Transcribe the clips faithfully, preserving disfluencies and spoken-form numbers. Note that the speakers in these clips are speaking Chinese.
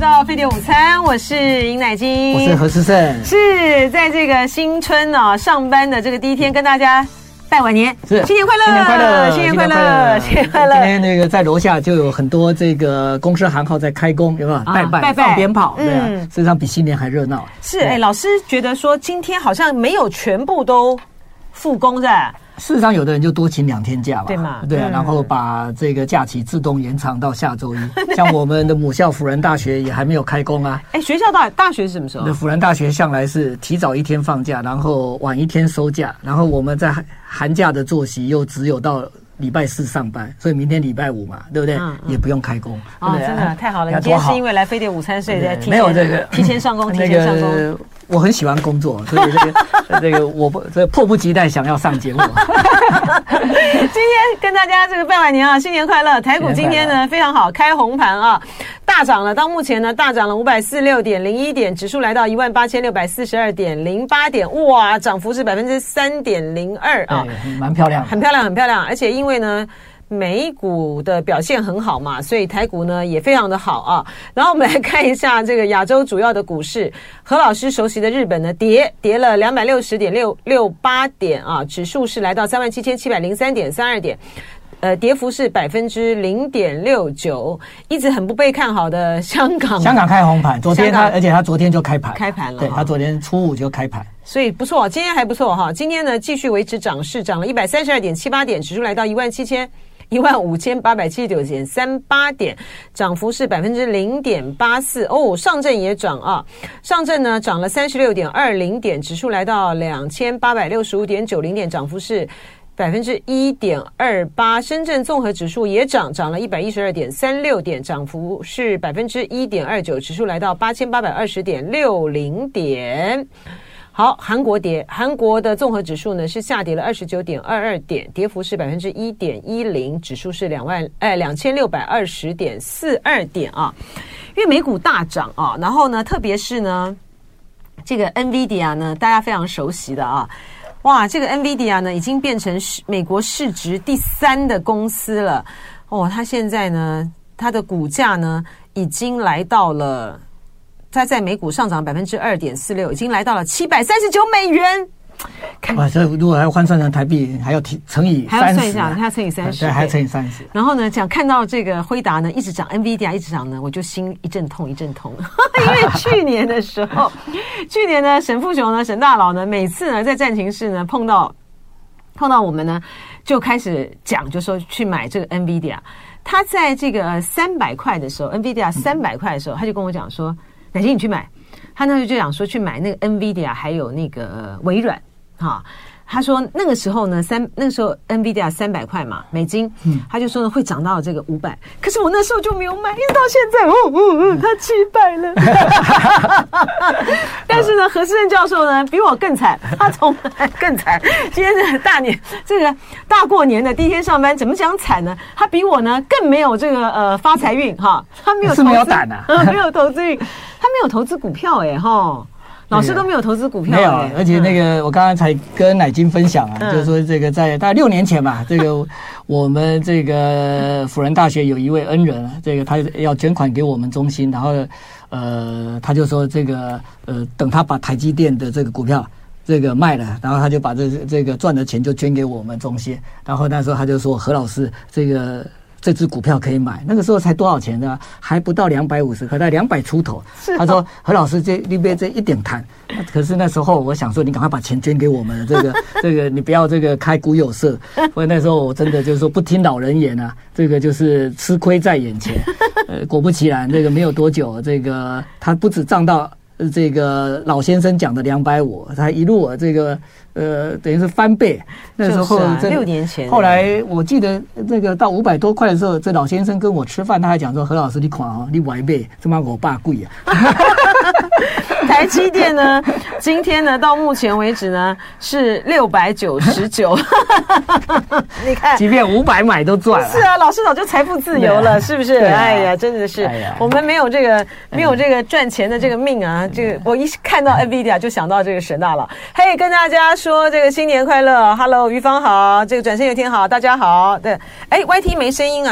到飞碟午餐，我是尹乃菁， 我是何诗胜。 是在这个新春啊上班的这个第一天，跟大家拜晚年， 是新年快乐， 新年快乐， 新年快乐，新年快乐。 今天那个在楼下就有很多这个公司行号在开工，有没有？啊、拜拜拜拜放鞭炮，对啊， 嗯、 事实上比新年还热闹。 是哎，老师觉得说今天好像没有全部都复工是吧？ 事实上，有的人就多请两天假嘛， 对嘛？ 对啊，嗯、然后把这个假期自动延长到下周一。像我们的母校辅仁大学也还没有开工啊。 哎，学校到底大学是什么时候？ 那辅仁大学向来是提早一天放假，然后晚一天收假，然后我们在寒假的作息又只有到礼拜四上班，所以明天礼拜五嘛，对不对？嗯嗯、也不用开工。 哦，真的太好了！你今天是因为来飞碟午餐，所以在提前没有这个提前上工，提前上工。 那个我很喜欢工作，所以这个这个我不这迫不及待想要上节目。 今天跟大家这个拜晚年啊，新年快乐！台股今天呢非常好，开红盘啊，大涨了，到目前呢大涨了五百四十六点零一点，指数来到一万八千六百四十二点零八点，哇，涨幅是百分之三点零二啊， 蛮漂亮， 很漂亮，很漂亮。而且因为呢美股的表现很好嘛，所以台股呢也非常的好啊。然后我们来看一下这个亚洲主要的股市，何老师熟悉的日本呢跌跌了两百六十点六六八点啊，指数是来到三万七千七百零三点三二点。呃，跌幅是百分之零点六九，一直很不被看好的香港， 香港开红盘，昨天他，而且他昨天就开盘， 开盘了， 对，他昨天初五就开盘， 所以不错，今天还不错哈。今天呢，继续维持涨势，涨了一百三十二点七八点，指数来到一万七千一万五千八百七十九点三八点，涨幅是百分之零点八四哦。上证也涨啊，上证呢涨了三十六点二零点，指数来到两千八百六十五点九零点，涨幅是百分之一点二八，深圳综合指数也涨，涨了一百一十二点三六点，涨幅是百分之一点二九，指数来到八千八百二十点六零点。好，韩国跌，韩国的综合指数呢是下跌了二十九点二二点，跌幅是百分之一点一零，指数是两万哎两千六百二十点四二点啊。因为美股大涨啊，然后呢，特别是呢这个 NVIDIA 呢，大家非常熟悉的啊。哇，这个 NVIDIA 呢已经变成美国市值第三的公司了哦。它现在呢，它的股价呢已经来到了，它在美股上涨百分之二点四六，已经来到了七百三十九美元。 哇，这如果还要换算成台币，还要提乘以三十， 还要算一下，还要乘以三十， 对，还要乘以三十。 然后呢，讲看到这个辉达呢一直涨 ，NVIDIA 一直涨呢，我就心一阵痛一阵痛，因为去年的时候，去年呢，沈富雄呢，沈大佬呢，每次呢在战情室呢碰到碰到我们呢，就开始讲，就说去买这个 NVIDIA。他在这个三百块的时候 ，NVIDIA 三百块的时候，他就跟我讲说：“乃菁，你去买。”他那时候就讲说去买那个 NVIDIA 还有那个微软。哈，他说那个时候呢，三那个时候 NVIDIA 三百块嘛美金，嗯，他就说呢会涨到这个五百，可是我那时候就没有买，一直到现在，哦哦哦，他七百了。但是呢，何诗胜教授呢比我更惨，他从来更惨。今天这个大年，这个大过年的第一天上班，怎么讲惨呢？他比我呢更没有这个呃发财运哈，他没有投资， 是没有胆啊， 没有投资运，他没有投资股票哎哈。老师都没有投资股票、欸， 没有，而且那个、嗯、我刚刚才跟乃菁分享啊，嗯、就是说这个在大概六年前吧，这个我们这个辅仁大学有一位恩人，这个他要捐款给我们中心，然后呃他就说这个呃等他把台积电的这个股票这个卖了，然后他就把这这个赚的钱就捐给我们中心，然后那时候他就说何老师这个。这支股票可以买，那个时候才多少钱呢？还不到两百五十，可在两百出头。他说：“何老师，这那边这一点谈。”可是那时候我想说，你赶快把钱捐给我们，这个这个你不要这个开股有社。所以那时候我真的就是说不听老人言啊，这个就是吃亏在眼前。呃，果不其然，这个没有多久，这个他不止涨到这个老先生讲的两百五，他一路这个。呃，等于是翻倍。那时候就是啊、六年前， 后来我记得那个到五百多块的时候，这老先生跟我吃饭，他还讲说：“何老师，你看哦，你歪倍，这妈我爸贵啊。” 台积电呢，今天呢到目前为止呢是六百九十九。你看， 即便五百买都赚了。 是啊，老师早就财富自由了，是不是？啊、哎呀，真的是，哎、我们没有这个没有这个赚钱的这个命啊！这个我一看到 NVIDIA 就想到这个沈大佬。嘿，跟大家说这个新年快乐 ！Hello， 于芳好，这个转身有天好，大家好。对，哎 ，Y T 没声音啊。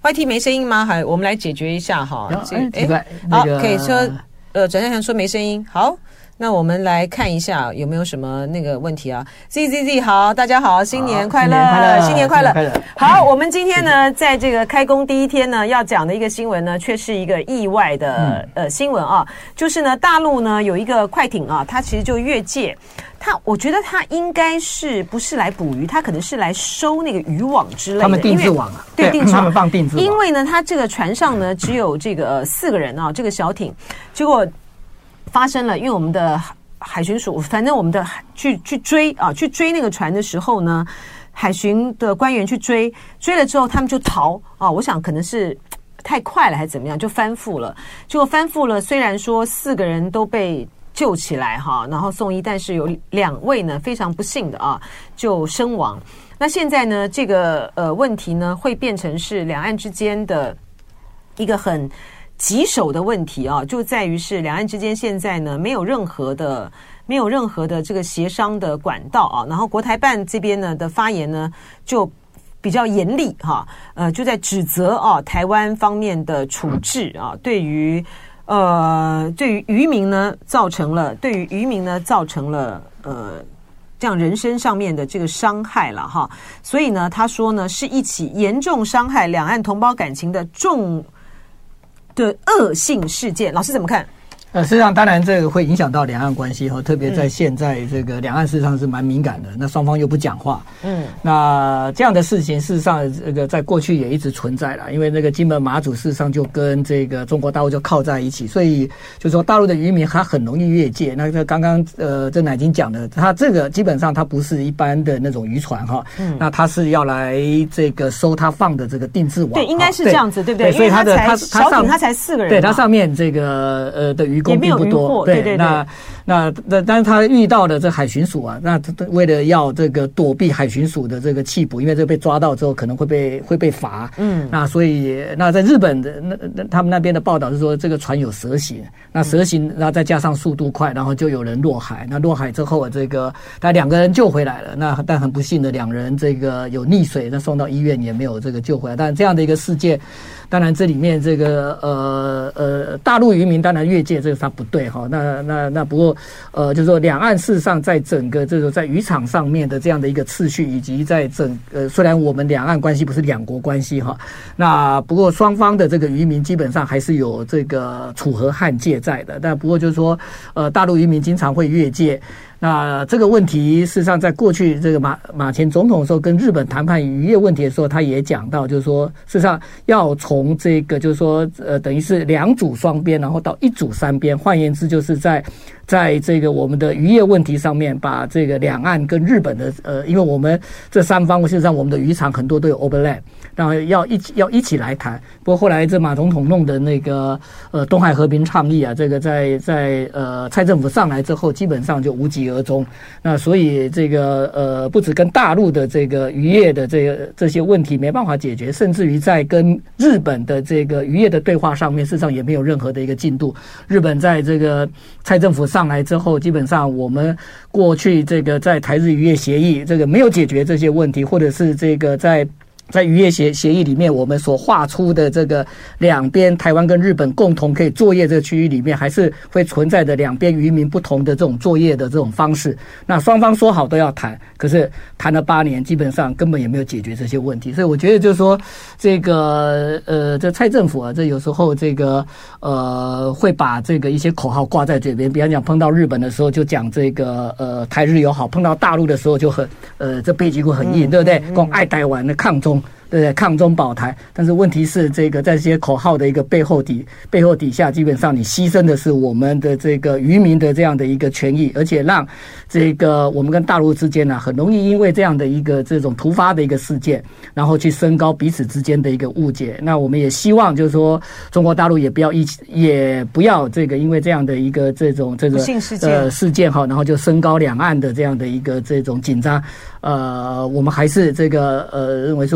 Y T 没声音吗？还我们来解决一下哈。 哎，奇怪， 好，可以说呃，转向强说没声音。好，那我们来看一下有没有什么那个问题啊 ？Z Z Z 好，大家好，新年快乐，新年快乐，好，我们今天呢，在这个开工第一天呢，要讲的一个新闻呢，却是一个意外的、嗯、呃新闻啊，就是呢，大陆呢有一个快艇啊，它其实就越界。他我觉得他应该是不是来捕鱼，他可能是来收那个渔网之类的。 他们定制网啊， 对，定制网， 他们放定制网。 因为呢，他这个船上呢只有这个、呃、四个人啊，这个小艇，结果发生了，因为我们的海巡署，反正我们的去去追啊，去追那个船的时候呢，海巡的官员去追，追了之后他们就逃啊，我想可能是太快了还是怎么样，就翻覆了。结果翻覆了，虽然说四个人都被救起来哈，然后送医，但是有两位呢非常不幸的啊就身亡。那现在呢这个呃问题呢会变成是两岸之间的一个很棘手的问题啊，就在于是两岸之间现在呢没有任何的没有任何的这个协商的管道啊，然后国台办这边呢的发言呢就比较严厉哈，呃就在指责啊台湾方面的处置啊，对于呃，对于渔民呢，造成了对于渔民呢，造成了呃，这样人身上面的这个伤害了哈。所以呢，他说呢，是一起严重伤害两岸同胞感情的重的恶性事件。老师怎么看？ 呃，事实上，当然这个会影响到两岸关系哈，特别在现在这个两岸事实上是蛮敏感的，那双方又不讲话，嗯，那这样的事情事实上这个在过去也一直存在了，因为那个金门马祖事实上就跟这个中国大陆就靠在一起，所以就说大陆的渔民他很容易越界。那个刚刚呃郑乃菁讲的，他这个基本上他不是一般的那种渔船哈，嗯，那他是要来这个收他放的这个定制网， 对，应该是这样子，对不对？ 所以他的他小艇他才四个人， 对，他上面这个呃的渔工并不多， 对对对。 那那那，但是他遇到的这海巡署啊，那为了要这个躲避海巡署的这个缉捕，因为这被抓到之后可能会被会被罚，嗯，那所以那在日本的那那他们那边的报道是说这个船有蛇行，那蛇行，然后再加上速度快，然后就有人落海，那落海之后这个他两个人救回来了，那但很不幸的两人这个有溺水，那送到医院也没有这个救回来，但这样的一个事件。当然，这里面这个呃呃，大陆渔民当然越界，这个他不对哈。那那那不过呃，就是说两岸事实上在整个这种在渔场上面的这样的一个次序，以及在整呃，虽然我们两岸关系不是两国关系哈，那不过双方的这个渔民基本上还是有这个楚河汉界在的。但不过就是说，呃，大陆渔民经常会越界。那这个问题，事实上，在过去这个马马前总统的时候，跟日本谈判渔业问题的时候，他也讲到，就是说，事实上要从这个，就是说，呃，等于是两组双边，然后到一组三边。换言之，就是在在这个我们的渔业问题上面，把这个两岸跟日本的，呃，因为我们这三方，事实上我们的渔场很多都有 overlap， 然后要一起要一起来谈。不过后来这马总统弄的那个呃东海和平倡议啊，这个在在呃蔡政府上来之后，基本上就无疾而终。那所以这个呃不止跟大陆的这个渔业的这个这些问题没办法解决，甚至于在跟日本的这个渔业的对话上面，事实上也没有任何的一个进度。日本在这个蔡政府上来之后，基本上我们过去这个在台日渔业协议这个没有解决这些问题，或者是这个在在渔业协协议里面，我们所画出的这个两边台湾跟日本共同可以作业这个区域里面，还是会存在着两边渔民不同的这种作业的这种方式。那双方说好都要谈，可是谈了八年，基本上根本也没有解决这些问题。所以我觉得就是说，这个呃，这蔡政府啊，这有时候这个呃，会把这个一些口号挂在嘴边，比方讲碰到日本的时候就讲这个呃台日友好，碰到大陆的时候就很呃这背脊骨很硬，对不对？讲爱台湾的抗中。对不对？抗中保台，但是问题是，这个在这些口号的一个背后底背后底下，基本上你牺牲的是我们的这个渔民的这样的一个权益，而且让这个我们跟大陆之间呢、啊，很容易因为这样的一个这种突发的一个事件，然后去升高彼此之间的一个误解。那我们也希望就是说，中国大陆也不要一起，也不要这个因为这样的一个这种这个呃事件哈，然后就升高两岸的这样的一个这种紧张。呃，我们还是这个呃认为说政治。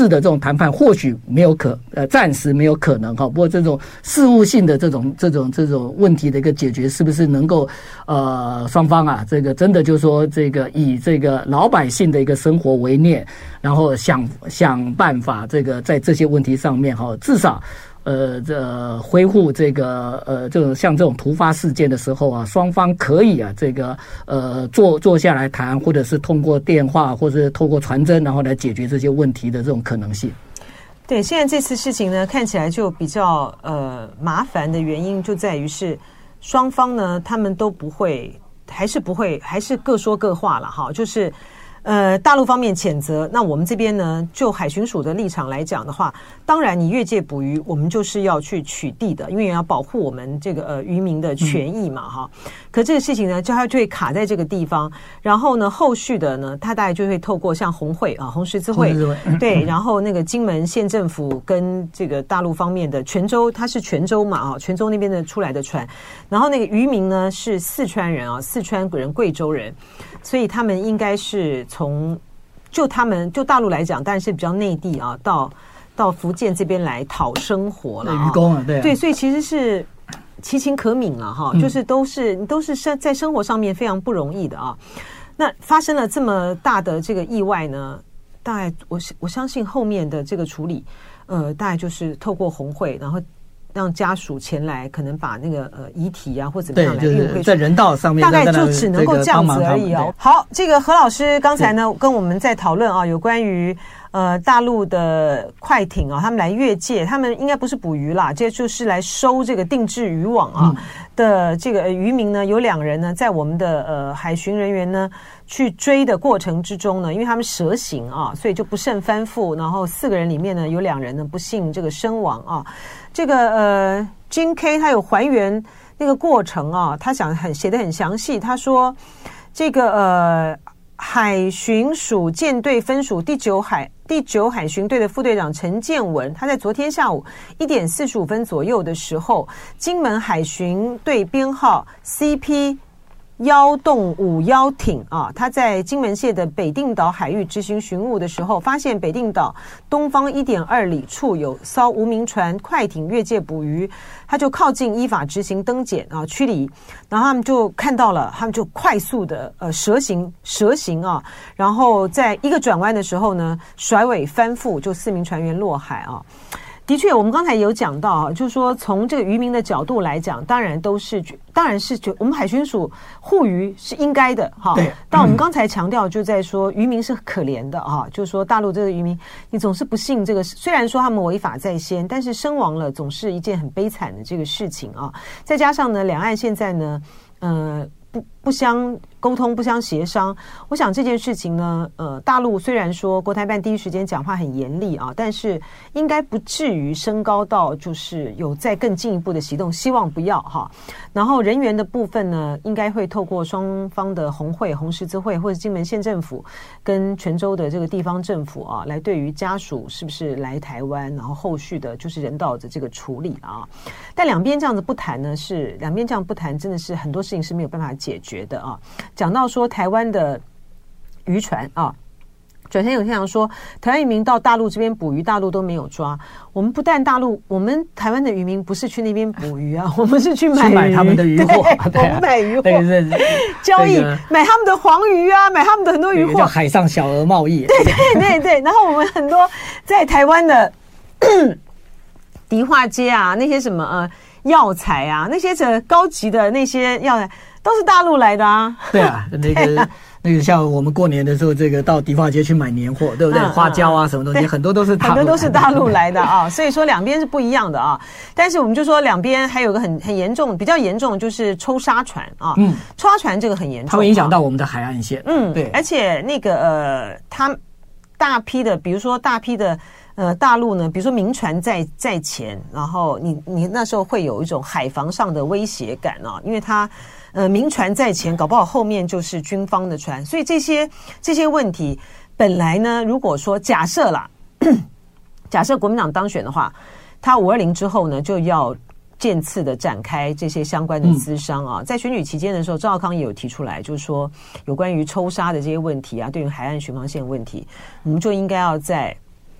式的这种谈判或许没有可呃暂时没有可能哈，不过这种事务性的这种这种这种问题的一个解决，是不是能够呃双方啊这个真的就是说这个以这个老百姓的一个生活为念，然后想想办法这个在这些问题上面哈，至少。呃，这恢复这个呃，这种像这种突发事件的时候啊，双方可以啊，这个呃坐坐下来谈，或者是通过电话，或者是透过传真，然后来解决这些问题的这种可能性。 对，现在这次事情呢，看起来就比较呃麻烦的原因就在于是双方呢，他们都不会，还是不会，还是各说各话了哈，就是。呃，大陆方面谴责，那我们这边呢，就海巡署的立场来讲的话，当然你越界捕鱼，我们就是要去取缔的，因为要保护我们这个呃渔民的权益嘛，哈、嗯。可这个事情呢，就它就会卡在这个地方，然后呢，后续的呢，它大概就会透过像红会啊、红十字会，嗯、对，然后那个金门县政府跟这个大陆方面的泉州，它是泉州嘛啊，泉州那边的出来的船，然后那个渔民呢是四川人啊，四川人、贵州人，所以他们应该是。从就他们就大陆来讲，当然是比较内地啊，到到福建这边来讨生活了、啊， 渔工啊，对啊， 对，所以其实是其情可悯了哈，就是都是都是生在生活上面非常不容易的啊。那发生了这么大的这个意外呢，大概我我相信后面的这个处理，呃，大概就是透过红会，然后。让家属前来，可能把那个呃遗体啊或怎么样来运回去， 在人道上面大概就只能够这样子而已哦。好，这个何老师刚才呢跟我们在讨论啊，有关于呃大陆的快艇啊，他们来越界，他们应该不是捕鱼啦，这就是来收这个定制渔网啊、嗯、的这个渔民呢，有两人呢，在我们的呃海巡人员呢去追的过程之中呢，因为他们蛇行啊，所以就不慎翻覆，然后四个人里面呢有两人呢不幸这个身亡啊。这个呃金 K 他有还原那个过程啊，他想很写得很详细。他说这个呃海巡署舰队分署第九海第九海巡队的副队长陈建文，他在昨天下午一点四十五分左右的时候，金门海巡队编号 C P幺洞五幺艇啊，他在金门县的北定岛海域执行巡务的时候，发现北定岛东方 一点二里处有艘无名船快艇越界捕鱼，他就靠近依法执行登检啊驱离，然后他们就看到了，他们就快速的呃蛇行蛇行啊，然后在一个转弯的时候呢，甩尾翻覆，就四名船员落海啊。的确，我们刚才有讲到啊，就是说从这个渔民的角度来讲，当然都是，当然是我们海巡署护渔是应该的哈。 对。 但我们刚才强调就在说，渔民是可怜的哈，就是说大陆这个渔民，你总是不幸这个，虽然说他们违法在先，但是身亡了总是一件很悲惨的这个事情啊。再加上呢，两岸现在呢，呃。不不相沟通，不相协商。我想这件事情呢，呃，大陆虽然说国台办第一时间讲话很严厉啊，但是应该不至于升高到就是有再更进一步的行动，希望不要哈。然后人员的部分呢，应该会透过双方的红会、红十字会或者金门县政府跟泉州的这个地方政府啊，来对于家属是不是来台湾，然后后续的就是人道的这个处理啊。但两边这样子不谈呢，是两边这样不谈，真的是很多事情是没有办法解决的啊。讲到说台湾的渔船啊，转天有天想说台湾渔民到大陆这边捕鱼，大陆都没有抓。我们不但大陆，我们台湾的渔民不是去那边捕鱼啊，我们是去买鱼， 去买他们的渔货， 对，我们买鱼货， 那个是交易，买他们的黄鱼啊，买他们的很多鱼货， 叫海上小额贸易。 对对对对，然后我们很多在台湾的迪化街啊，那些什么呃药材啊，那些这高级的那些药材都是大陆来的啊。 对啊，那个那个像我们过年的时候，这个到迪化街去买年货，对不对？嗯、花椒啊，什么东西，很多都是大陆很多都是大陆来的啊。所以说两边是不一样的啊。但是我们就说两边还有个很很严重、比较严重，就是抽沙船啊。嗯，抽沙船这个很严重， 它会影响到我们的海岸线。 嗯，对。而且那个呃，它大批的，比如说大批的。呃，大陆呢，比如说民船在在前，然后你你那时候会有一种海防上的威胁感啊，因为它呃民船在前，搞不好后面就是军方的船，所以这些这些问题本来呢，如果说假设啦，假设国民党当选的话，他五二零之后呢就要渐次的展开这些相关的咨商啊，嗯、在选举期间的时候，赵少康也有提出来，就是说有关于抽沙的这些问题啊，对于海岸巡防线的问题，我们就应该要在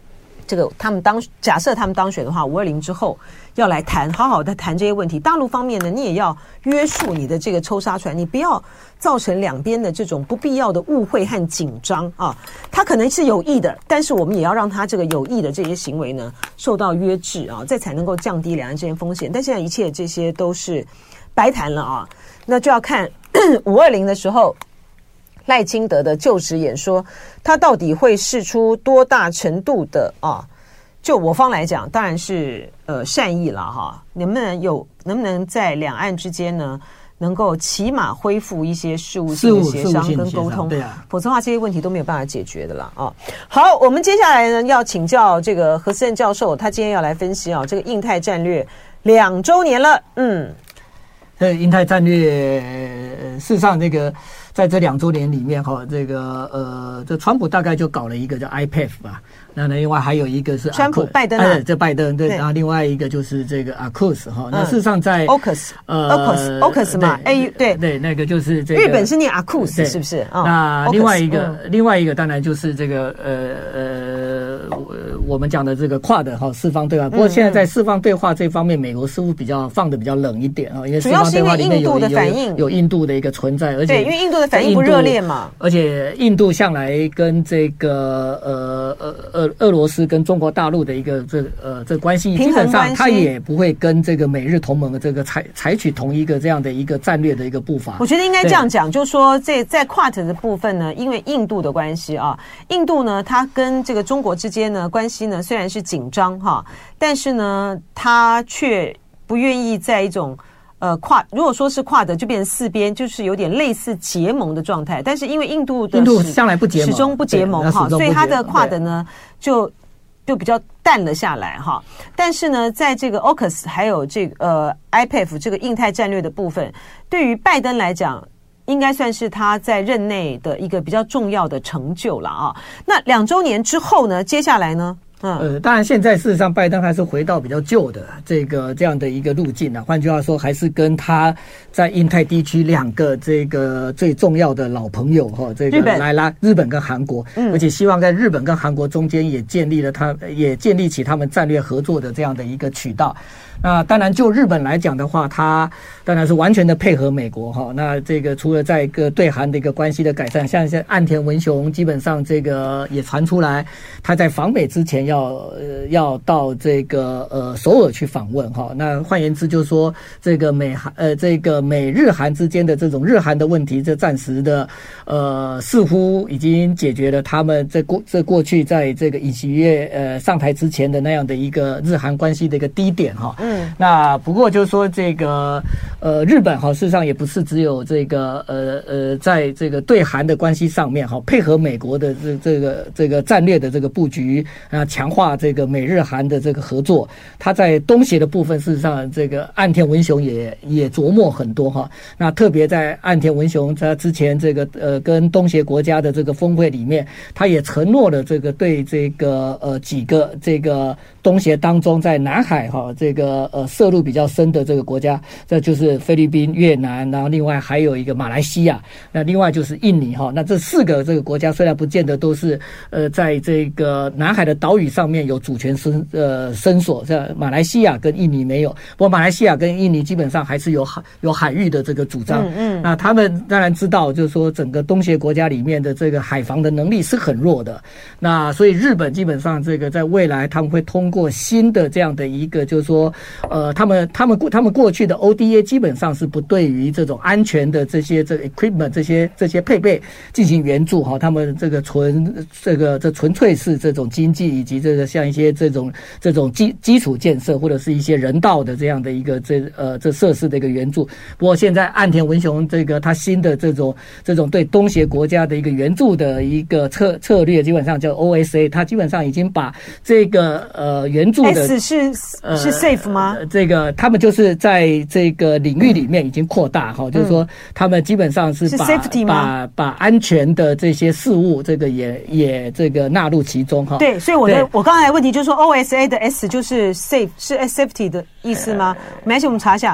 这个他们当假设他们当选的话，五二零之后要来谈，好好的谈这些问题。大陆方面呢，你也要约束你的这个抽沙船，你不要造成两边的这种不必要的误会和紧张啊。他可能是有意的，但是我们也要让他这个有意的这些行为呢受到约制啊，这才能够降低两岸之间风险。但现在一切这些都是白谈了啊，那就要看五二零的时候。赖清德的就职演说，他到底会释出多大程度的啊？就我方来讲，当然是呃善意了哈。能不能有能不能在两岸之间呢，能够起码恢复一些事务性的协商跟沟通？ 对啊， 否则的话这些问题都没有办法解决的了啊。好，我们接下来呢要请教这个何思正教授，他今天要来分析啊这个印太战略两周年了，嗯， 这印太战略事实上这个。在这两周年里面哈，这个呃，这川普大概就搞了一个叫 I P E F 吧，那另外还有一个是川普拜登啊， 这拜登对，然后另外一个就是这个 A Q U S 哈，那事实上在 O C U S 呃 O C U S O C U S 嘛 ，A 对对， 那个就是这个日本是念 A Q U S 是不是？ 那另外一个另外一个当然就是这个呃呃我们讲的这个跨的哈四方对话，不过现在在四方对话这方面，美国似乎比较放的比较冷一点啊，因为四方对话里面有有有印度的一个存在，而且对，因为印度的反应不热烈嘛， 而且印度向来跟这个呃呃俄俄罗斯跟中国大陆的一个这呃这关系，基本上它也不会跟这个美日同盟的这个采采取同一个这样的一个战略的一个步伐。 我觉得应该这样讲，就是说在在 Quad 的部分呢，因为印度的关系啊，印度呢它跟这个中国之间呢关系呢虽然是紧张哈，但是呢它却不愿意在一种。呃，跨如果说是跨的，就变成四边，就是有点类似结盟的状态。但是因为印度的印度向来不结盟， 始终不结盟哈，所以它的跨的呢就就比较淡了下来哈。但是呢，在这个 O C U S 还有这个呃 I P E F 这个印太战略的部分，对于拜登来讲，应该算是他在任内的一个比较重要的成就了啊。那两周年之后呢，接下来呢？ 呃，当然，现在事实上，拜登还是回到比较旧的这个这样的一个路径啊。换句话说，还是跟他在印太地区两个这个最重要的老朋友哈，这个来拉日本跟韩国，嗯，而且希望在日本跟韩国中间也建立了他，也建立起他们战略合作的这样的一个渠道。那当然，就日本来讲的话，它当然是完全的配合美国哈。那这个除了在一个对韩的一个关系的改善，像像岸田文雄，基本上这个也传出来，他在访美之前要呃要到这个呃首尔去访问哈。那换言之，就是说这个美韩呃这个美日韩之间的这种日韩的问题，这暂时的呃似乎已经解决了他们在过这过去在这个尹锡悦呃上台之前的那样的一个日韩关系的一个低点哈。嗯。那不过就是说这个呃日本哈，事实上也不是只有这个呃呃在这个对韩的关系上面哈，配合美国的这这个这个战略的这个布局啊，强化这个美日韩的这个合作。他在东协的部分，事实上这个岸田文雄也也琢磨很多哈。那特别在岸田文雄他之前这个呃跟东协国家的这个峰会里面，他也承诺了这个对这个呃几个这个东协当中在南海哈这个呃涉入比较深的这个国家，这就是菲律宾、越南，然后另外还有一个马来西亚，那另外就是印尼哈。那这四个这个国家虽然不见得都是呃在这个南海的岛屿上面有主权伸呃伸索，像马来西亚跟印尼没有，不过马来西亚跟印尼基本上还是有海有海域的这个主张。嗯嗯，那他们当然知道，就是说整个东协国家里面的这个海防的能力是很弱的。那所以日本基本上这个在未来他们会通过新的这样的一个，就是说。呃，他们他们他们过去的 O D A 基本上是不对于这种安全的这些这个 equipment 这些这些配备进行援助哈，他们这个纯这个这纯粹是这种经济以及这个像一些这种这种基基础建设或者是一些人道的这样的一个这呃这设施的一个援助。不过现在岸田文雄这个他新的这种这种对东协国家的一个援助的一个策策略，基本上叫 O S A， 他基本上已经把这个呃援助的 S 是呃是 safe 吗？ 呃、这个他们就是在这个领域里面已经扩大哈、嗯，就是说他们基本上是把是 safety 吗？ 把把安全的这些事务这个也也这个纳入其中哈。 对，所以我的我刚才的问题就是说 O S A 的 S 就是 safe 是 safety 的意思吗？没关系，我们查一下。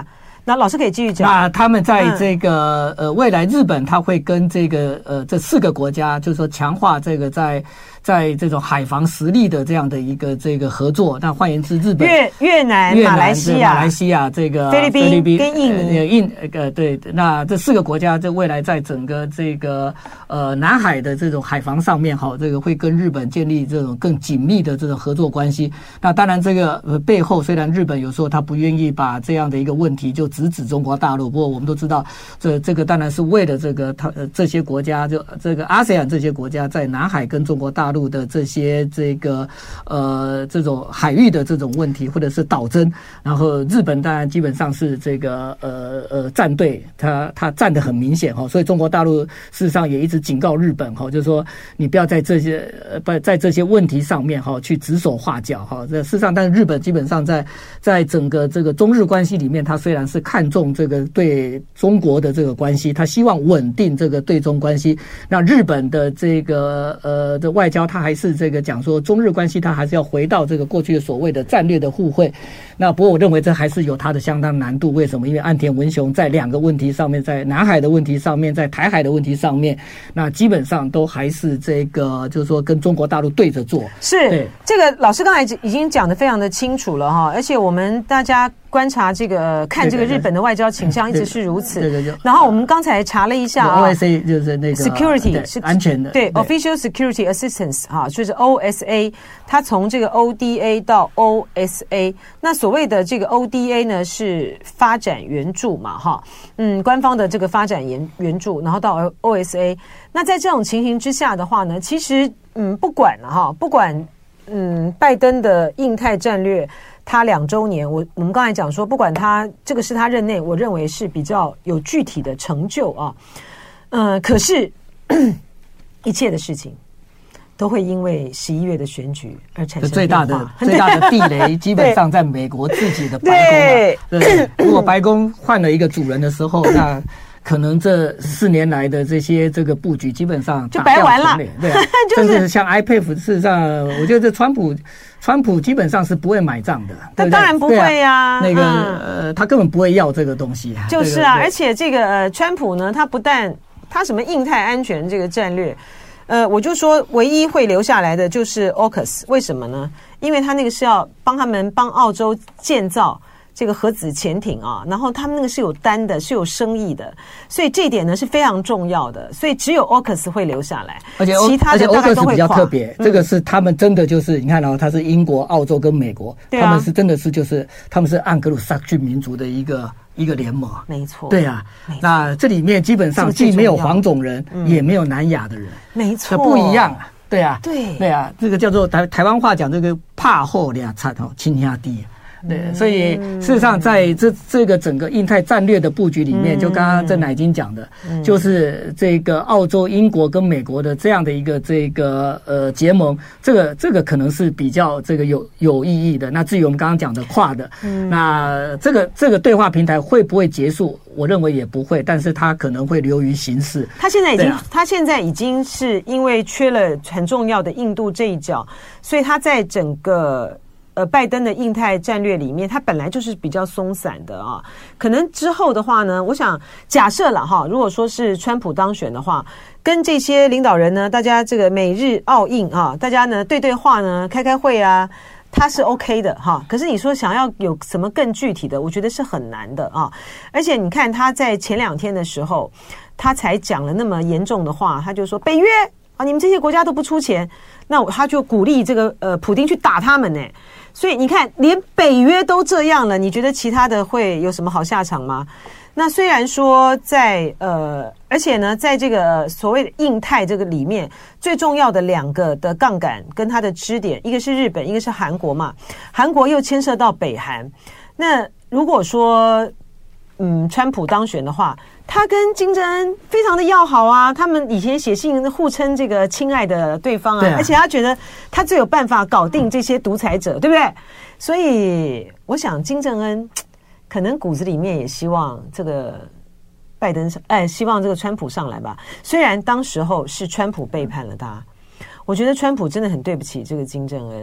那老师可以继续讲。 那他们在这个、嗯、呃未来日本他会跟这个呃这四个国家，就是说强化这个在在这种海防实力的这样的一个这个合作。那换言之，日本、 越越南、 越南马来西亚、 马来西亚这个菲律宾、菲律宾跟印尼、 呃、印呃对，那这四个国家在未来在整个这个呃南海的这种海防上面，哈，这个会跟日本建立这种更紧密的这种合作关系。那当然，这个呃背后虽然日本有时候他不愿意把这样的一个问题就直指中国大陆，不过我们都知道，这这个当然是为了这个他呃这些国家，就这个 A S E A N 这些国家在南海跟中国大陆的这些这个呃这种海域的这种问题，或者是岛争，然后日本当然基本上是这个呃呃站队，他他站得很明显哈，所以中国大陆事实上也一直警告日本哈，就是说你不要在这些呃不在这些问题上面哈去指手画脚哈。这事实上，但是日本基本上在在整个这个中日关系里面，他虽然是看重这个对中国的这个关系，他希望稳定这个对中关系。那日本的这个呃的外交，他还是这个讲说中日关系，他还是要回到这个过去的所谓的战略的互惠。那不过我认为这还是有它的相当难度。为什么？因为岸田文雄在两个问题上面，在南海的问题上面，在台海的问题上面，那基本上都还是这个就是说跟中国大陆对着做。 是这个老师刚才已经讲得非常的清楚了哈，而且我们大家观察这个看这个日本的外交倾向一直是如此。 对对对。 然后我们刚才查了一下啊 ，O S A 就是那个 security 是安全的， 对 official security assistance 哈，就是 O S A， 它从这个 O D A 到 O S A， 那所谓的这个 O D A 呢是发展援助嘛哈，嗯，官方的这个发展援援助，然后到 O S A， 那在这种情形之下的话呢，其实嗯不管了哈，不管嗯拜登的印太战略。他两周年，我我们刚才讲说，不管他这个是他任内，我认为是比较有具体的成就啊。呃，可是一切的事情都会因为十一月的选举而产生最大的最大的地雷，基本上在美国自己的白宫、啊。对，如果白宫换了一个主人的时候，那可能这四年来的这些这个布局基本上就白完了。 对、啊，甚至像 I P E F， 事实上，我觉得这川普。川普基本上是不会买账的， 那当然不会呀、啊。 那个、嗯、呃，他根本不会要这个东西。 就是啊，而且这个呃，川普呢，他不但他什么印太安全这个战略，呃，我就说唯一会留下来的就是 AUKUS， 为什么呢？因为他那个是要帮他们帮澳洲建造这个核子潜艇啊，然后他们那个是有单的，是有生意的，所以这一点呢是非常重要的，所以只有 AUKUS 会留下来， 而且其他的大概都会垮。 而且 AUKUS 比较特别、嗯，这个是他们真的就是你看哦，它是英国、澳洲跟美国，啊、他们是真的是就是他们是盎格鲁撒克逊民族的一个一个联盟， 没错， 对啊，那这里面基本上既没有黄种人，嗯、也没有南亚的人， 没错， 不一样啊，对啊， 对对啊，这个叫做台台湾话讲这个怕后俩差哦，亲兄弟。对，所以事实上，在这这个整个印太战略的布局里面，就刚刚郑乃金讲的，就是这个澳洲、英国跟美国的这样的一个这个呃结盟，这个这个可能是比较这个有有意义的。那至于我们刚刚讲的跨的，那这个这个对话平台会不会结束？我认为也不会，但是它可能会流于形式。 他现在已经，他现在已经是因为缺了很重要的印度这一角，所以他在整个。呃，拜登的印太战略里面，它本来就是比较松散的啊。可能之后的话呢，我想假设了哈，如果说是川普当选的话，跟这些领导人呢，大家这个美日澳印啊，大家呢对对话呢，开开会啊，他是 OK 的哈。可是你说想要有什么更具体的，我觉得是很难的啊。而且你看他在前两天的时候，他才讲了那么严重的话，他就说北约啊，你们这些国家都不出钱，那他就鼓励这个呃普丁去打他们呢。所以你看，连北约都这样了，你觉得其他的会有什么好下场吗？那虽然说在呃，而且呢，在这个所谓的印太这个里面，最重要的两个的杠杆跟它的支点，一个是日本，一个是韩国嘛。韩国又牵涉到北韩。那如果说嗯，川普当选的话，他跟金正恩非常的要好啊，他们以前写信互称这个亲爱的对方啊， 啊而且他觉得他最有办法搞定这些独裁者，对不对？所以我想金正恩可能骨子里面也希望这个拜登哎，希望这个川普上来吧。虽然当时候是川普背叛了他，我觉得川普真的很对不起这个金正恩。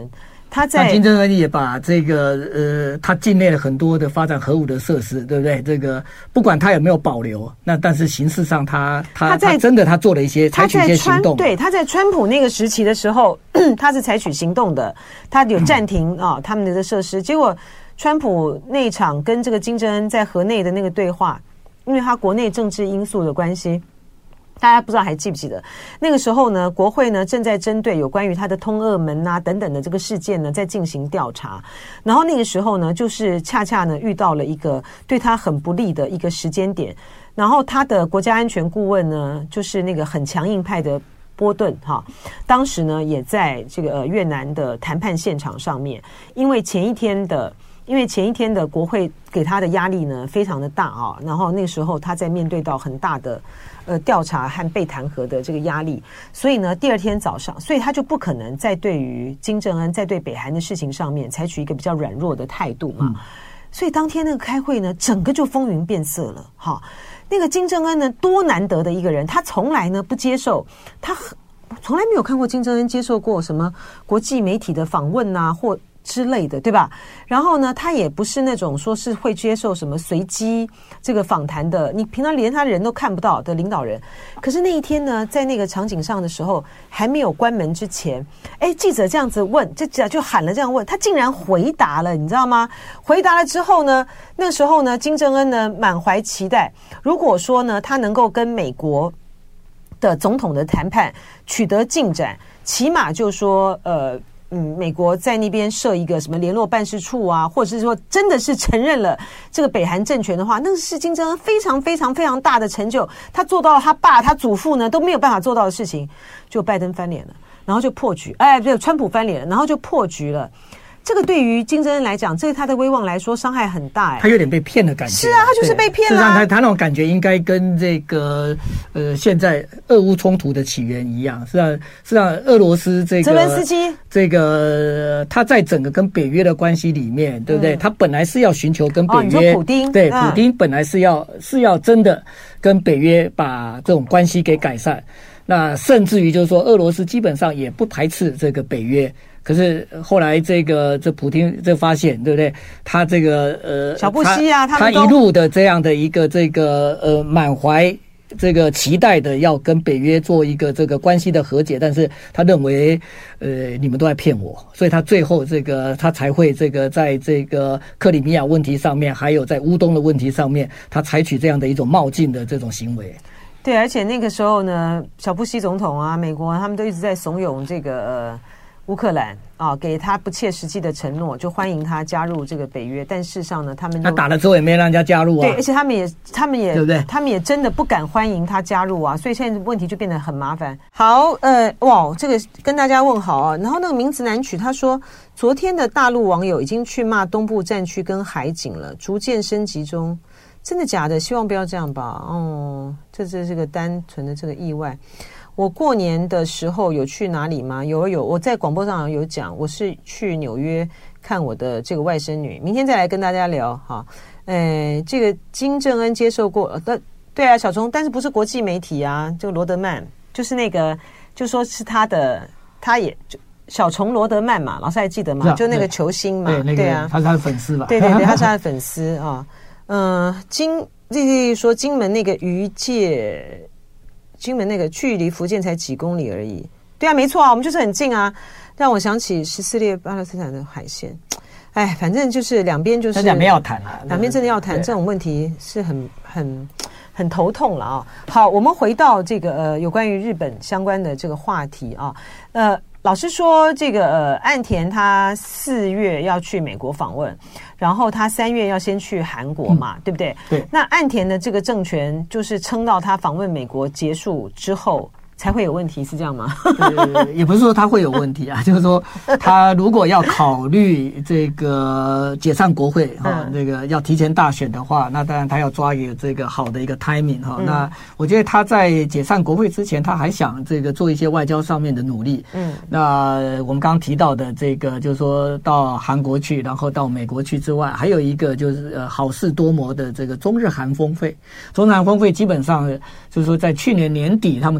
他在金正恩也把这个呃，他境内的很多的发展核武的设施，对不对？这个不管他有没有保留，那但是形式上他他 他, 他真的他做了一些采取一些行动。 对，他在川普那个时期的时候，他是采取行动的，他有暂停啊、哦、他们的设施。结果川普那一场跟这个金正恩在河内的那个对话，因为他国内政治因素的关系。大家不知道还记不记得那个时候呢，国会呢正在针对有关于他的通俄门啊等等的这个事件呢在进行调查，然后那个时候呢就是恰恰呢遇到了一个对他很不利的一个时间点，然后他的国家安全顾问呢就是那个很强硬派的波顿哈，当时呢也在这个、呃、越南的谈判现场上面，因为前一天的因为前一天的国会给他的压力呢非常的大啊，然后那个时候他在面对到很大的呃调查和被弹劾的这个压力，所以呢第二天早上，所以他就不可能在对于金正恩在对北韩的事情上面采取一个比较软弱的态度嘛、嗯、所以当天那个开会呢整个就风云变色了哈。那个金正恩呢多难得的一个人，他从来呢不接受，他从来没有看过金正恩接受过什么国际媒体的访问啊或之类的，对吧？然后呢他也不是那种说是会接受什么随机这个访谈的，你平常连他人都看不到的领导人。可是那一天呢在那个场景上的时候，还没有关门之前，哎，记者这样子问，这记者就喊了这样问，他竟然回答了，你知道吗？回答了之后呢，那时候呢金正恩呢满怀期待，如果说呢他能够跟美国的总统的谈判取得进展，起码就说呃嗯，美国在那边设一个什么联络办事处啊，或者是说真的是承认了这个北韩政权的话，那是金正恩非常非常非常大的成就，他做到了他爸他祖父呢都没有办法做到的事情。就拜登翻脸了，然后就破局，哎，对，川普翻脸了，然后就破局了。这个对于金正恩来讲，这个他的威望来说伤害很大，哎， 他有点被骗的感觉。 是啊，他就是被骗了。 事实上他他那种感觉应该跟这个呃现在俄乌冲突的起源一样。实际上，实际上俄罗斯这个泽连斯基这个他在整个跟北约的关系里面，对不对？嗯、他本来是要寻求跟北约，哦、你说普丁对、嗯、普丁本来是要是要真的跟北约把这种关系给改善。那甚至于就是说，俄罗斯基本上也不排斥这个北约。可是后来这个这普丁这发现，对不对？他这个呃小布希啊， 他他一路的这样的一个这个呃满怀这个期待的要跟北约做一个这个关系的和解，但是他认为呃你们都在骗我，所以他最后这个他才会这个在这个克里米亚问题上面，还有在乌东的问题上面，他采取这样的一种冒进的这种行为。 对，而且那个时候呢，小布希总统啊，美国他们都一直在怂恿这个呃乌克兰啊，给他不切实际的承诺，就欢迎他加入这个北约。但事实上呢，他们他打了之后也没让人家加入啊。 对，而且他们也，他们也， 对不对？ 他们也真的不敢欢迎他加入啊。所以现在问题就变得很麻烦。好，呃，哇，这个跟大家问好啊。然后那个名词难取，他说，昨天的大陆网友已经去骂东部战区跟海警了，逐渐升级中。真的假的？希望不要这样吧。哦，这这是个单纯的这个意外。我过年的时候有去哪里吗？有有，我在广播上有讲，我是去纽约看我的这个外甥女，明天再来跟大家聊哈。呃，这个金正恩接受过，呃，对啊，小虫，但是不是国际媒体啊？这个罗德曼就是那个，就说是他的，他也就小虫罗德曼嘛，老师还记得吗？就那个球星嘛， 对，那个、 对啊， 他是他的粉丝吧？ 对对对，他是他的粉丝啊。嗯、呃，金丽丽说金门那个渔界。金门那个距离福建才几公里而已，对啊，没错啊，我们就是很近啊。让我想起十四列巴勒斯坦的海线，哎，反正就是两边就是两边要谈啊， 两边真的要谈，这种问题是很很很头痛了啊。好，我们回到这个呃有关于日本相关的这个话题啊，呃。老师说，这个呃，岸田他四月要去美国访问，然后他三月要先去韩国嘛，嗯、对不对？ 对。 那岸田的这个政权就是撑到他访问美国结束之后才会有问题，是这样吗？ 呃，也不是说他会有问题啊，就是说他如果要考虑这个解散国会哈，嗯、这个要提前大选的话，那当然他要抓一个这个好的一个 timing 哈。嗯、那我觉得他在解散国会之前，他还想这个做一些外交上面的努力。嗯。那我们刚刚提到的这个，就是说到韩国去，然后到美国去之外，还有一个就是呃好事多磨的这个中日韩峰会。中日韩峰会基本上就是说在去年年底他们开完这。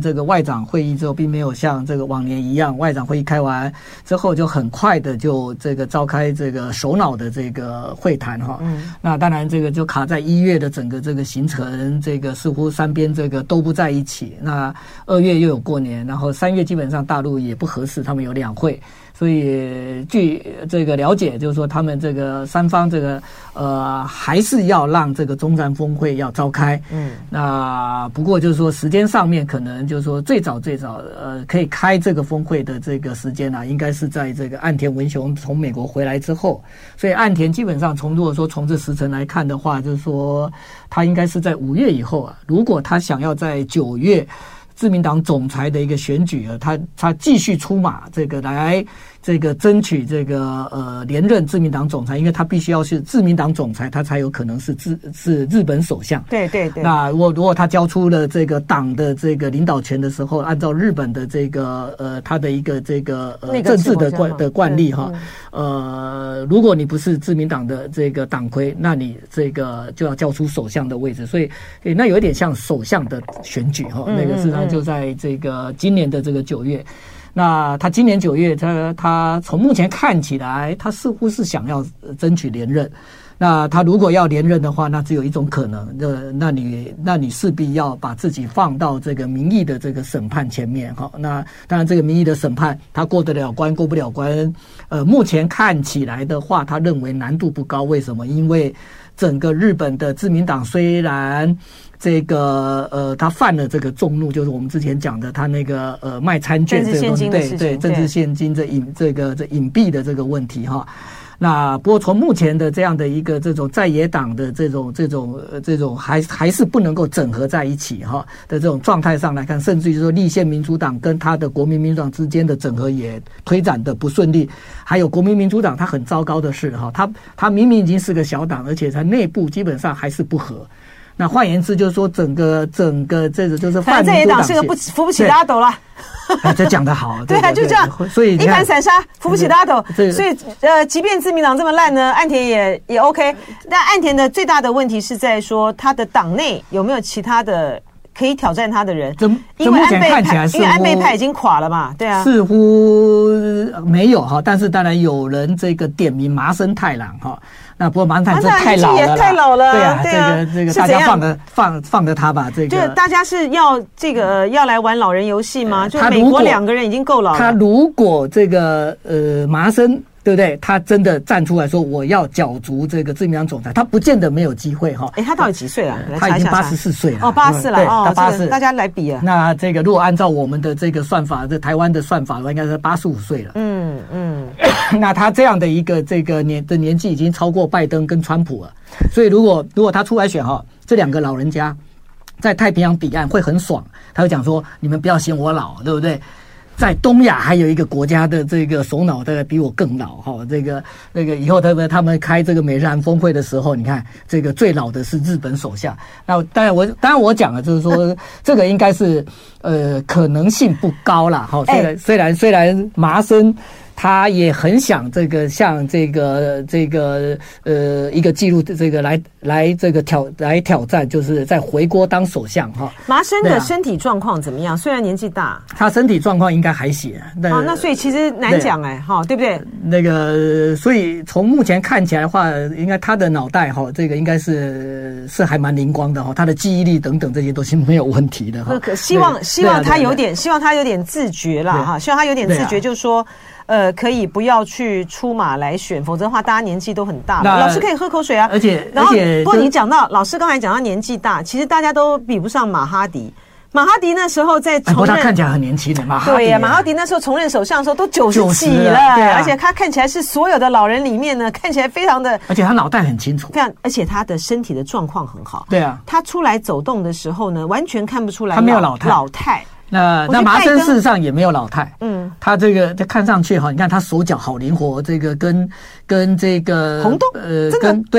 这个外长会议之后，并没有像这个往年一样，外长会议开完之后就很快的就这个召开这个首脑的这个会谈哈。嗯，那当然这个就卡在一月的整个这个行程，这个似乎三边这个都不在一起。那二月又有过年，然后三月基本上大陆也不合适，他们有两会。所以据这个了解，就是说他们这个三方这个呃还是要让这个中山峰会要召开。嗯，那不过就是说时间上面可能就是说最早最早呃可以开这个峰会的这个时间啊，应该是在这个岸田文雄从美国回来之后。所以岸田基本上从如果说从这时辰来看的话，就是说他应该是在五月以后啊，如果他想要在九月自民党总裁的一个选举啊，他他继续出马这个来这个争取这个呃连任自民党总裁，因为他必须要是自民党总裁，他才有可能是自是日本首相。 对对对。 那如果如果他交出了这个党的这个领导权的时候，按照日本的这个呃他的一个这个呃政治的惯的惯例哈，呃如果你不是自民党的这个党魁，那你这个就要交出首相的位置，所以那有一点像首相的选举哈，那个事实上就在这个今年的这个九月。那他今年九月，他他从目前看起来，他似乎是想要争取连任。那他如果要连任的话，那只有一种可能，那那你那你势必要把自己放到这个民意的这个审判前面哈。那当然，这个民意的审判，他过得了关，过不了关。呃，目前看起来的话，他认为难度不高。为什么？因为整个日本的自民党虽然这个呃，他犯了这个众怒，就是我们之前讲的他那个呃卖餐券这个东西，对对，政治现金这隐这个这隐蔽的这个问题哈。那不过从目前的这样的一个这种在野党的这种这种呃这种还还是不能够整合在一起哈的这种状态上来看，甚至于说立宪民主党跟他的国民民主党之间的整合也推展的不顺利。还有国民民主党，他很糟糕的是哈，他他明明已经是个小党，而且在内部基本上还是不合。那换言之，就是说整个整个这个就是泛民主党，反正这一党是个不扶不起的阿斗啦。 哎，这讲得好， 对啊，就这样， 所以一盘散沙，扶不起的阿斗。所以呃，即便自民党这么烂呢，岸田也也 OK。但岸田的最大的问题是在说，他的党内有没有其他的可以挑战他的人？因为安倍派，因为安倍派已经垮了嘛，对啊， 似乎没有哈，但是当然有人这个点名麻生太郎哈。那不过麻生太郎太老了， 太老了， 对啊，这个这个大家放的放放着他吧，这个就是大家是要这个要来玩老人游戏吗？就美国两个人已经够老了。 他如果这个呃麻生，对不对？他真的站出来说我要角逐这个自民党总裁，他不见得没有机会哈。 哎，他到底几岁了？ 他已经八十四岁了。 哦，八十了哦，八十，大家来比啊。 那这个如果按照我们的这个算法，这台湾的算法，应该是八十五岁了。嗯嗯。那他这样的一个这个年的年纪，已经超过拜登跟川普了。所以如果如果他出来选哈，这两个老人家在太平洋彼岸会很爽。他会讲说：你们不要嫌我老，对不对？在东亚还有一个国家的这个首脑大概比我更老哈，这个那个以后他们他们开这个美日韩峰会的时候，你看这个最老的是日本首相。那当然我当然我讲了，就是说这个应该是呃可能性不高啦哈。虽然虽然虽然麻生他也很想这个像这个这个呃一个记录这个来来这个挑来挑战，就是在回国当首相哈。 麻生的身体状况怎么样？虽然年纪大， 他身体状况应该还行。 哦，那所以其实难讲哎，哈，对不对？ 那个，所以从目前看起来的话，应该他的脑袋哈，这个应该是是还蛮灵光的哈，他的记忆力等等这些都是没有问题的哈。 希望希望他有点，希望他有点自觉啦哈，希望他有点自觉，就是说。呃，可以不要去出马来选，否则的话，大家年纪都很大了。老师可以喝口水啊。 而且， 然后，不过你讲到老师刚才讲到年纪大，其实大家都比不上马哈迪。马哈迪那时候在从任， 不过他看起来很年轻的马哈迪。 对呀、啊，马哈迪那时候从任首相的时候都九十几了，对、啊，而且他看起来是所有的老人里面呢，看起来非常的， 而且他脑袋很清楚， 非常，而且他的身体的状况很好。 对啊， 他出来走动的时候呢，完全看不出来他没有老态。 老态。 那那麻生事实上也没有老态，嗯，他这个他看上去哈，你看他手脚好灵活，这个跟跟这个红豆呃跟对啊，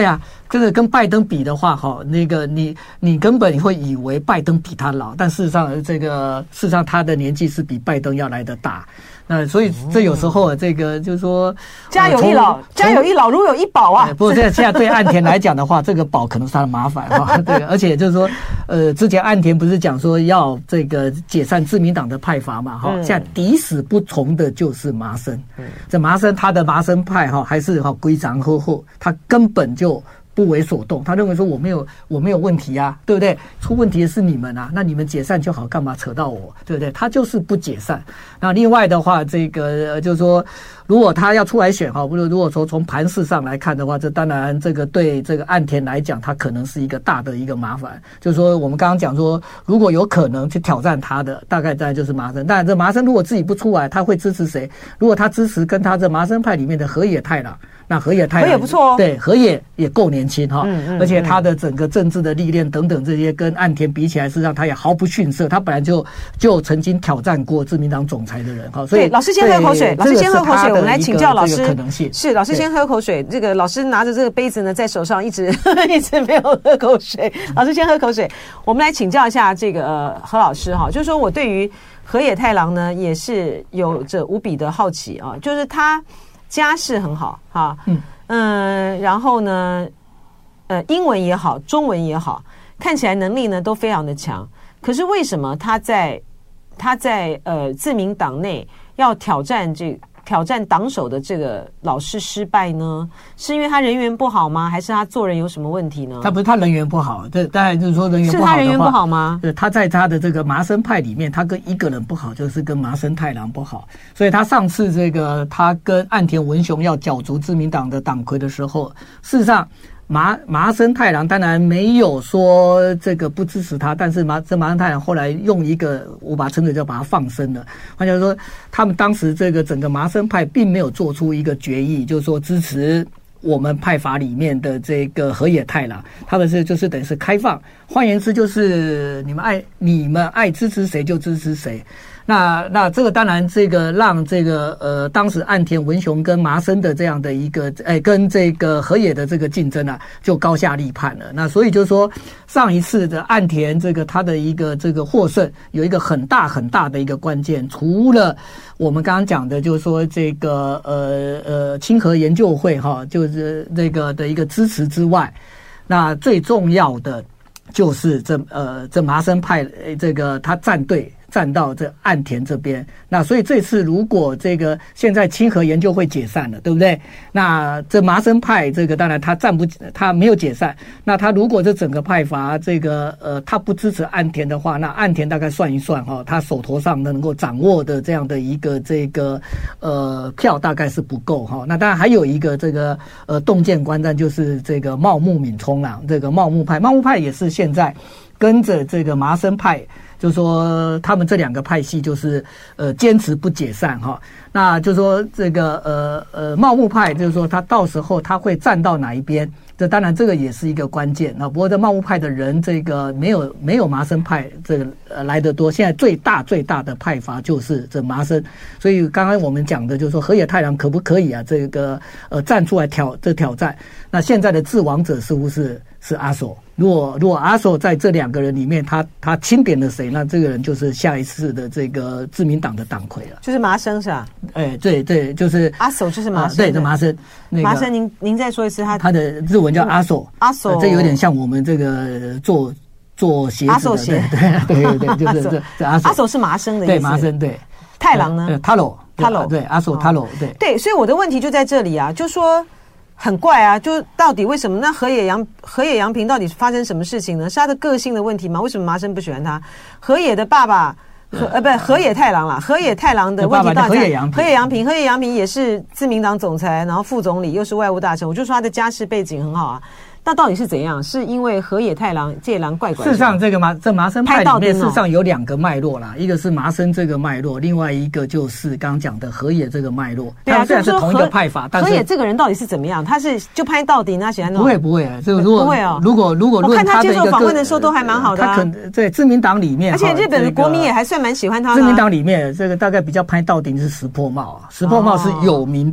这个跟拜登比的话，哈，那个你你根本会以为拜登比他老，但事实上，这个事实上他的年纪是比拜登要来得大。那所以这有时候这个就是说， 家有一老，家有一老，如有一宝啊。 不过现在现在对岸田来讲的话，这个宝可能是他的麻烦哈。对，而且就是说，呃，之前岸田不是讲说要这个解散自民党的派阀嘛，哈，现在抵死不从的就是麻生。这麻生他的麻生派哈，还是哈规章呵呵，他根本就不为所动，他认为说我没有我没有问题啊，对不对？出问题的是你们啊，那你们解散就好，干嘛扯到我，对不对？他就是不解散。那另外的话，这个就是说，如果他要出来选哈，如果说从盘势上来看的话，这当然这个对这个岸田来讲，他可能是一个大的一个麻烦。就是说，我们刚刚讲说，如果有可能去挑战他的，大概大概就是麻生。当然，这麻生如果自己不出来，他会支持谁？如果他支持跟他这麻生派里面的河野太郎。那河野太郎河野不错哦， 对，河野也够年轻哈，嗯嗯，而且他的整个政治的历练等等这些跟岸田比起来，事实上他也毫不逊色。他本来就就曾经挑战过自民党总裁的人哈，所以老师先喝口水，老师先喝口水，我们来请教老师可能性。 是老师先喝口水，这个老师拿着这个杯子呢，在手上一直一直没有喝口水。老师先喝口水，我们来请教一下这个呃何老师哈，就是说我对于河野太郎呢也是有着无比的好奇啊，就是他家世很好哈，嗯嗯、呃，然后呢，呃，英文也好，中文也好，看起来能力呢都非常的强。可是为什么他在他在呃自民党内要挑战这挑战党首的这个老师失败呢？是因为他人缘不好吗？还是他做人有什么问题呢？ 他不是他人缘不好，这当然就是说人缘不好的话， 是他人缘不好吗？ 他在他的这个麻生派里面，他跟一个人不好，就是跟麻生太郎不好。所以他上次这个他跟岸田文雄要角逐自民党的党魁的时候，事实上。麻麻生太郎当然没有说这个不支持他，但是麻这麻生太郎后来用一个我把它称之叫把他放生了，换句话说，他们当时这个整个麻生派并没有做出一个决议，就是说支持我们派阀里面的这个河野太郎，他们是就是等于是开放，换言之就是你们爱你们爱支持谁就支持谁。那那这个当然，这个让这个呃，当时岸田文雄跟麻生的这样的一个，哎，跟这个河野的这个竞争啊，就高下立判了。那所以就是说，上一次的岸田这个他的一个这个获胜，有一个很大很大的一个关键，除了我们刚刚讲的，就是说这个呃呃清河研究会哈，就是这个的一个支持之外，那最重要的就是这呃这麻生派这个他站队。站到这岸田这边，那所以这次如果这个现在清河研究会解散了，对不对？那这麻生派这个当然他站不，他没有解散。那他如果这整个派阀这个呃他不支持岸田的话，那岸田大概算一算哈、哦，他手头上能够掌握的这样的一个这个呃票大概是不够哈、哦。那当然还有一个这个呃洞见观战，就是这个茂木敏充啦，这个茂木派，茂木派也是现在跟着这个麻生派。就是说，他们这两个派系就是呃坚持不解散哈。那就是说，这个呃呃茂木派，就是说他到时候他会站到哪一边？这当然这个也是一个关键啊。不过这茂木派的人，这个没有没有麻生派这个呃来得多。现在最大最大的派阀就是这麻生。所以刚刚我们讲的就是说，河野太郎可不可以啊？这个呃站出来挑这挑战？那现在的制王者似乎是是阿索。如果如果阿索在这两个人里面，他他钦点了谁，那这个人就是下一次的这个自民党的党魁了。 就是麻生是吧？ 哎，对对，就是阿索就是麻生、啊， 对，这麻生。那个、 麻生，您您再说一次他他的日文叫阿索， 阿索、 呃，这有点像我们这个做做鞋子的， 阿索鞋， 对对对，就是这这阿索。 阿索是麻生的意思， 对麻生对。 太郎呢？ 呃，太郎， 太郎对阿索太郎对对，所以我的问题就在这里啊，就说。很怪啊，就到底为什么？那河野洋河野洋平到底发生什么事情呢？是他的个性的问题吗？为什么麻生不喜欢他？河野的爸爸，河呃不河野太郎啦，河野太郎的问题到底在河野洋平，河野洋平也是自民党总裁，然后副总理又是外务大臣，我就说他的家世背景很好啊。那到底是怎样？是因为河野太郎借狼怪怪？ 事实上，这个麻这麻生派里面事实上有两个脉络啦，一个是麻生这个脉络，另外一个就是刚刚讲的河野这个脉络。 对啊， 虽然是同一个派阀，但是河野这个人到底是怎么样？他是就拍到底，那喜欢不会不会啊，这个如果不会哦， 如果如果我看他接受访问的时候都还蛮好的、啊， 他可在自民党里面， 而且日本的国民也还算蛮喜欢他的、啊。 自民党里面这个大概比较拍到底是石破茂啊，石破茂是有名的。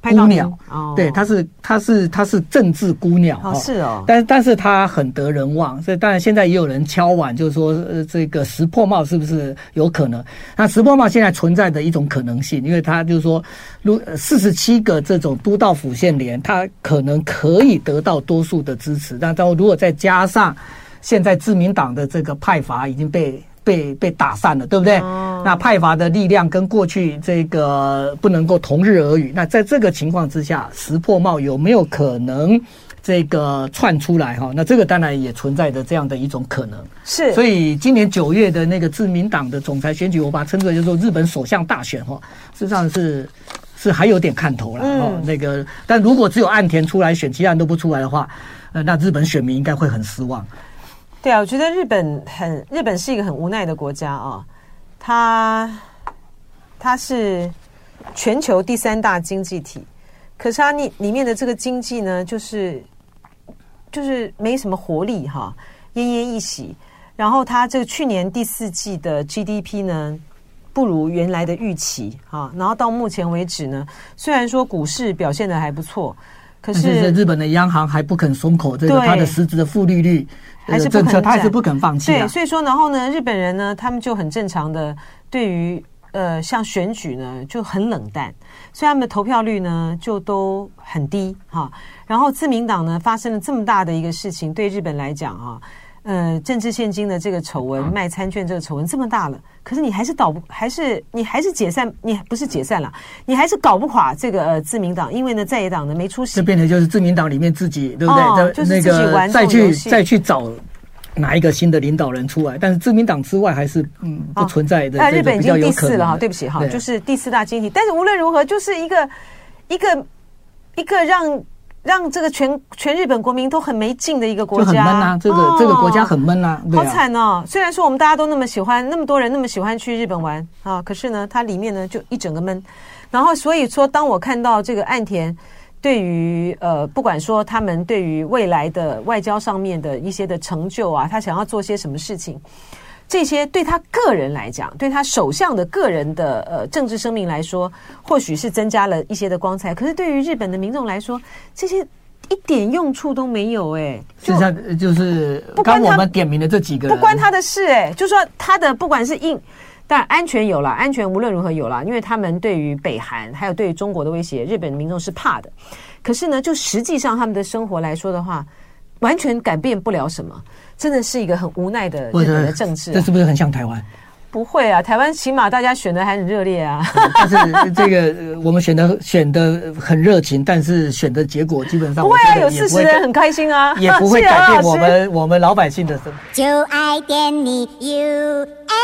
孤鸟，哦、对，他是他是他是政治孤鸟， 哦，是哦， 但但是他很得人望，所以当然现在也有人敲碗，就是说，呃，这个石破茂是不是有可能？那石破茂现在存在的一种可能性，因为他就是说，如四十七个这种都道府县连，他可能可以得到多数的支持，但到如果再加上现在自民党的这个派阀已经被。被被打散了，对不对？哦、那派阀的力量跟过去这个不能够同日而语。那在这个情况之下，石破茂有没有可能这个窜出来哈？那这个当然也存在着这样的一种可能。 是， 所以今年九月的那个自民党的总裁选举，我把它称之为就是说日本首相大选哈，事实上是是还有点看头了哦。嗯、那个，但如果只有岸田出来选，其他人都不出来的话，呃，那日本选民应该会很失望。 对啊，我觉得日本很，日本是一个很无奈的国家啊。它它是全球第三大经济体，可是它里里面的这个经济呢，就是就是没什么活力哈，奄奄一息。然后它这个去年第四季的 G D P 呢，不如原来的预期哈。然后到目前为止呢，虽然说股市表现得还不错，可是日本的央行还不肯松口，这个它的实质的负利率。 还是不肯， 他还是不肯放弃、啊。 对，所以说，然后呢，日本人呢，他们就很正常的对于呃像选举呢就很冷淡，所以他们的投票率呢就都很低哈。然后自民党呢发生了这么大的一个事情，对日本来讲啊，呃，政治现金的这个丑闻、嗯、卖餐券这个丑闻这么大了，可是你还是倒不，还是你还是解散，你不是解散了，你还是搞不垮这个呃自民党，因为呢在野党呢没出息， 这变成就是自民党里面自己对不对？ 哦、就是自己玩再去再去找哪一个新的领导人出来，但是自民党之外还是嗯不存在的。 那、哦、日本已经第四了哈，对不起哈，就是第四大经济体。但是无论如何，就是一个一个一个让让这个全全日本国民都很没劲的一个国家， 就很闷啊，这个、哦、这个国家很闷啊， 对啊，好惨哦。虽然说我们大家都那么喜欢，那么多人那么喜欢去日本玩啊，可是呢，它里面呢就一整个闷。然后所以说，当我看到这个岸田。对于呃，不管说他们对于未来的外交上面的一些的成就啊，他想要做些什么事情，这些对他个人来讲，对他首相的个人的呃政治生命来说，或许是增加了一些的光彩。可是对于日本的民众来说，这些一点用处都没有哎、欸。 就像就是刚我们点名的这几个人， 不关他的事哎、欸，就说他的不管是硬。但安全有了，安全无论如何有了，因为他们对于北韩还有对于中国的威胁，日本民众是怕的。可是呢，就实际上他们的生活来说的话，完全改变不了什么，真的是一个很无奈的日本的政治、啊。 这是不是很像台湾？ 不会啊，台湾起码大家选的还很热烈啊。 但是这个我们选的选的很热情，但是选的结果基本上不会啊，有事实人很开心啊， 也不会改变我们我们老百姓的生活。 就爱点你 U。